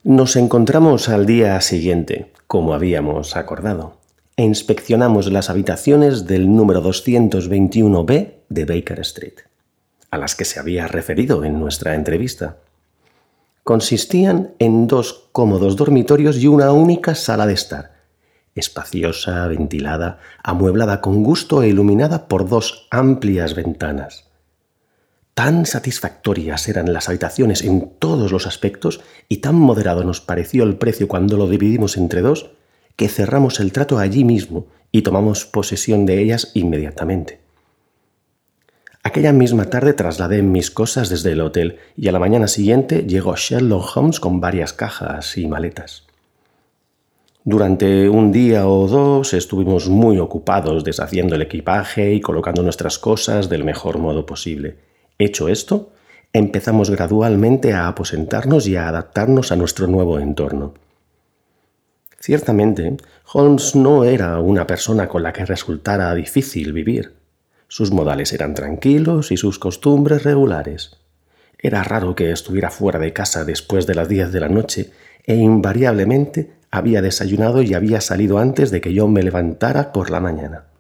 Nos encontramos al día siguiente, como habíamos acordado, e inspeccionamos las habitaciones del número 221B de Baker Street, a las que se había referido en nuestra entrevista. Consistían en 2 cómodos dormitorios y una única sala de estar, espaciosa, ventilada, amueblada con gusto e iluminada por 2 amplias ventanas. Tan satisfactorias eran las habitaciones en todos los aspectos y tan moderado nos pareció el precio cuando lo dividimos entre 2, que cerramos el trato allí mismo y tomamos posesión de ellas inmediatamente. Aquella misma tarde trasladé mis cosas desde el hotel y a la mañana siguiente llegó Sherlock Holmes con varias cajas y maletas. Durante un día o 2 estuvimos muy ocupados deshaciendo el equipaje y colocando nuestras cosas del mejor modo posible. Hecho esto, empezamos gradualmente a aposentarnos y a adaptarnos a nuestro nuevo entorno. Ciertamente, Holmes no era una persona con la que resultara difícil vivir. Sus modales eran tranquilos y sus costumbres regulares. Era raro que estuviera fuera de casa después de las 10 de la noche e invariablemente había desayunado y había salido antes de que yo me levantara por la mañana.